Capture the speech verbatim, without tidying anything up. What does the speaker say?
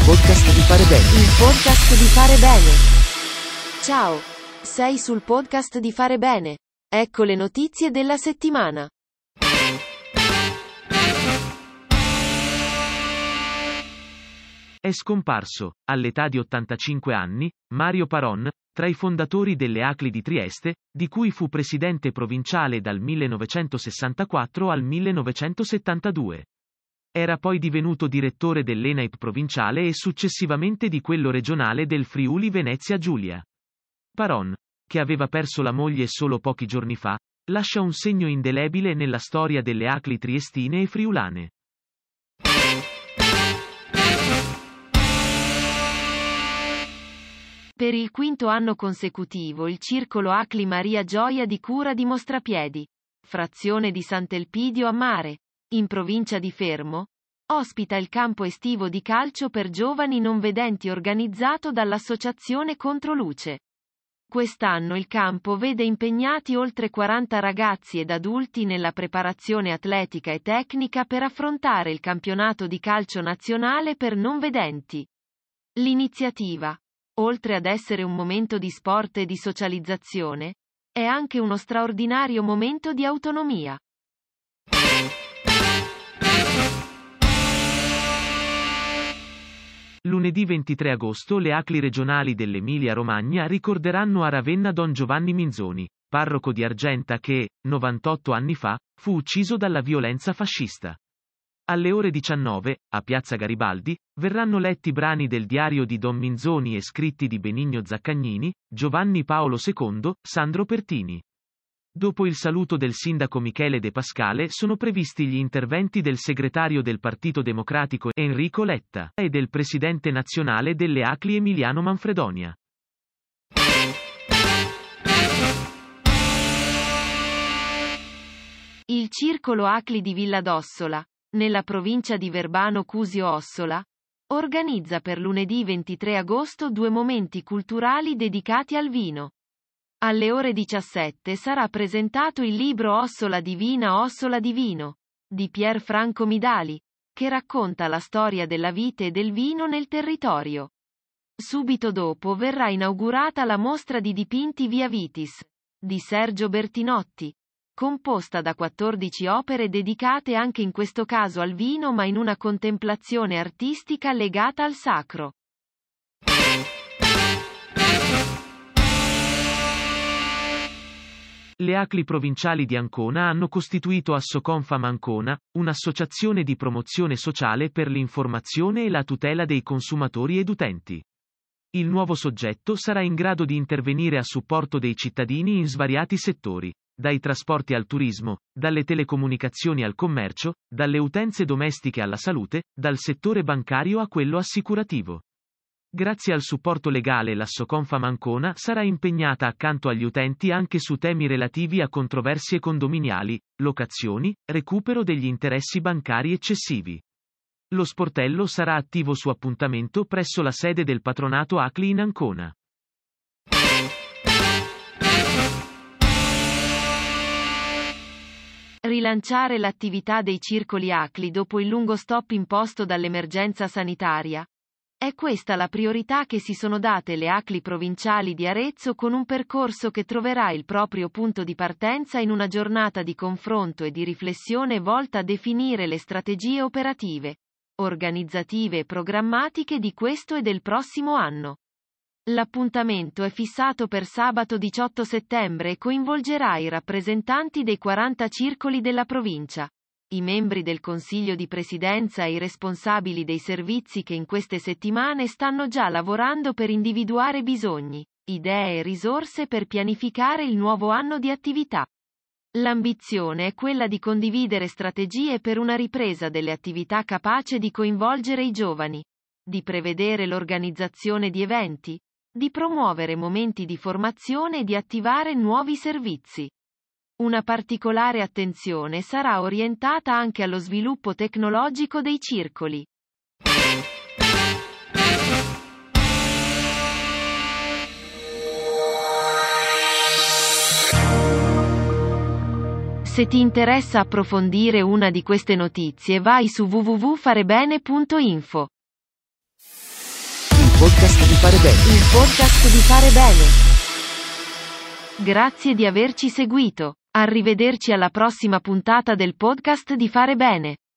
podcast di Fare Bene. Il podcast di Fare Bene. Ciao, sei sul podcast di Fare Bene. Ecco le notizie della settimana. È scomparso, all'età di ottantacinque anni, Mario Paron, tra i fondatori delle A C L I di Trieste, di cui fu presidente provinciale dal millenovecentosessantaquattro al millenovecentosettantadue. Era poi divenuto direttore dell'E N A I P provinciale e successivamente di quello regionale del Friuli Venezia Giulia. Paron, che aveva perso la moglie solo pochi giorni fa, lascia un segno indelebile nella storia delle A C L I triestine e friulane. Per il quinto anno consecutivo il Circolo A C L I Maria Gioia di Cura di Mostrapiedi, frazione di Sant'Elpidio a Mare, in provincia di Fermo, ospita il campo estivo di calcio per giovani non vedenti organizzato dall'Associazione Controluce. Quest'anno il campo vede impegnati oltre quaranta ragazzi ed adulti nella preparazione atletica e tecnica per affrontare il campionato di calcio nazionale per non vedenti. L'iniziativa, oltre ad essere un momento di sport e di socializzazione, è anche uno straordinario momento di autonomia. Lunedì ventitré agosto le A C L I regionali dell'Emilia-Romagna ricorderanno a Ravenna Don Giovanni Minzoni, parroco di Argenta che, novantotto anni fa, fu ucciso dalla violenza fascista. Alle ore diciannove, a Piazza Garibaldi, verranno letti brani del diario di Don Minzoni e scritti di Benigno Zaccagnini, Giovanni Paolo secondo, Sandro Pertini. Dopo il saluto del sindaco Michele De Pascale sono previsti gli interventi del segretario del Partito Democratico Enrico Letta e del presidente nazionale delle A C L I Emiliano Manfredonia. Il Circolo A C L I di Villa d'Ossola, nella provincia di Verbano Cusio Ossola, organizza per lunedì ventitré agosto due momenti culturali dedicati al vino. Alle ore diciassette sarà presentato il libro Ossola Divina Ossola di Vino, di Pier Franco Midali, che racconta la storia della vite e del vino nel territorio. Subito dopo verrà inaugurata la mostra di dipinti Via Vitis, di Sergio Bertinotti, composta da quattordici opere dedicate anche in questo caso al vino ma in una contemplazione artistica legata al sacro. Le A C L I provinciali di Ancona hanno costituito Assoconfam Ancona, un'associazione di promozione sociale per l'informazione e la tutela dei consumatori ed utenti. Il nuovo soggetto sarà in grado di intervenire a supporto dei cittadini in svariati settori, dai trasporti al turismo, dalle telecomunicazioni al commercio, dalle utenze domestiche alla salute, dal settore bancario a quello assicurativo. Grazie al supporto legale l'Assoconfam Ancona sarà impegnata accanto agli utenti anche su temi relativi a controversie condominiali, locazioni, recupero degli interessi bancari eccessivi. Lo sportello sarà attivo su appuntamento presso la sede del patronato A C L I in Ancona. Rilanciare l'attività dei circoli A C L I dopo il lungo stop imposto dall'emergenza sanitaria? È questa la priorità che si sono date le A C L I provinciali di Arezzo con un percorso che troverà il proprio punto di partenza in una giornata di confronto e di riflessione volta a definire le strategie operative, organizzative e programmatiche di questo e del prossimo anno. L'appuntamento è fissato per sabato diciotto settembre e coinvolgerà i rappresentanti dei quaranta circoli della provincia, i membri del Consiglio di Presidenza e i responsabili dei servizi che in queste settimane stanno già lavorando per individuare bisogni, idee e risorse per pianificare il nuovo anno di attività. L'ambizione è quella di condividere strategie per una ripresa delle attività capace di coinvolgere i giovani, di prevedere l'organizzazione di eventi, di promuovere momenti di formazione e di attivare nuovi servizi. Una particolare attenzione sarà orientata anche allo sviluppo tecnologico dei circoli. Se ti interessa approfondire una di queste notizie vai su w w w punto farebene punto info. podcast di Fare Bene. Il podcast di Fare Bene. Grazie di averci seguito. Arrivederci alla prossima puntata del podcast di Fare Bene.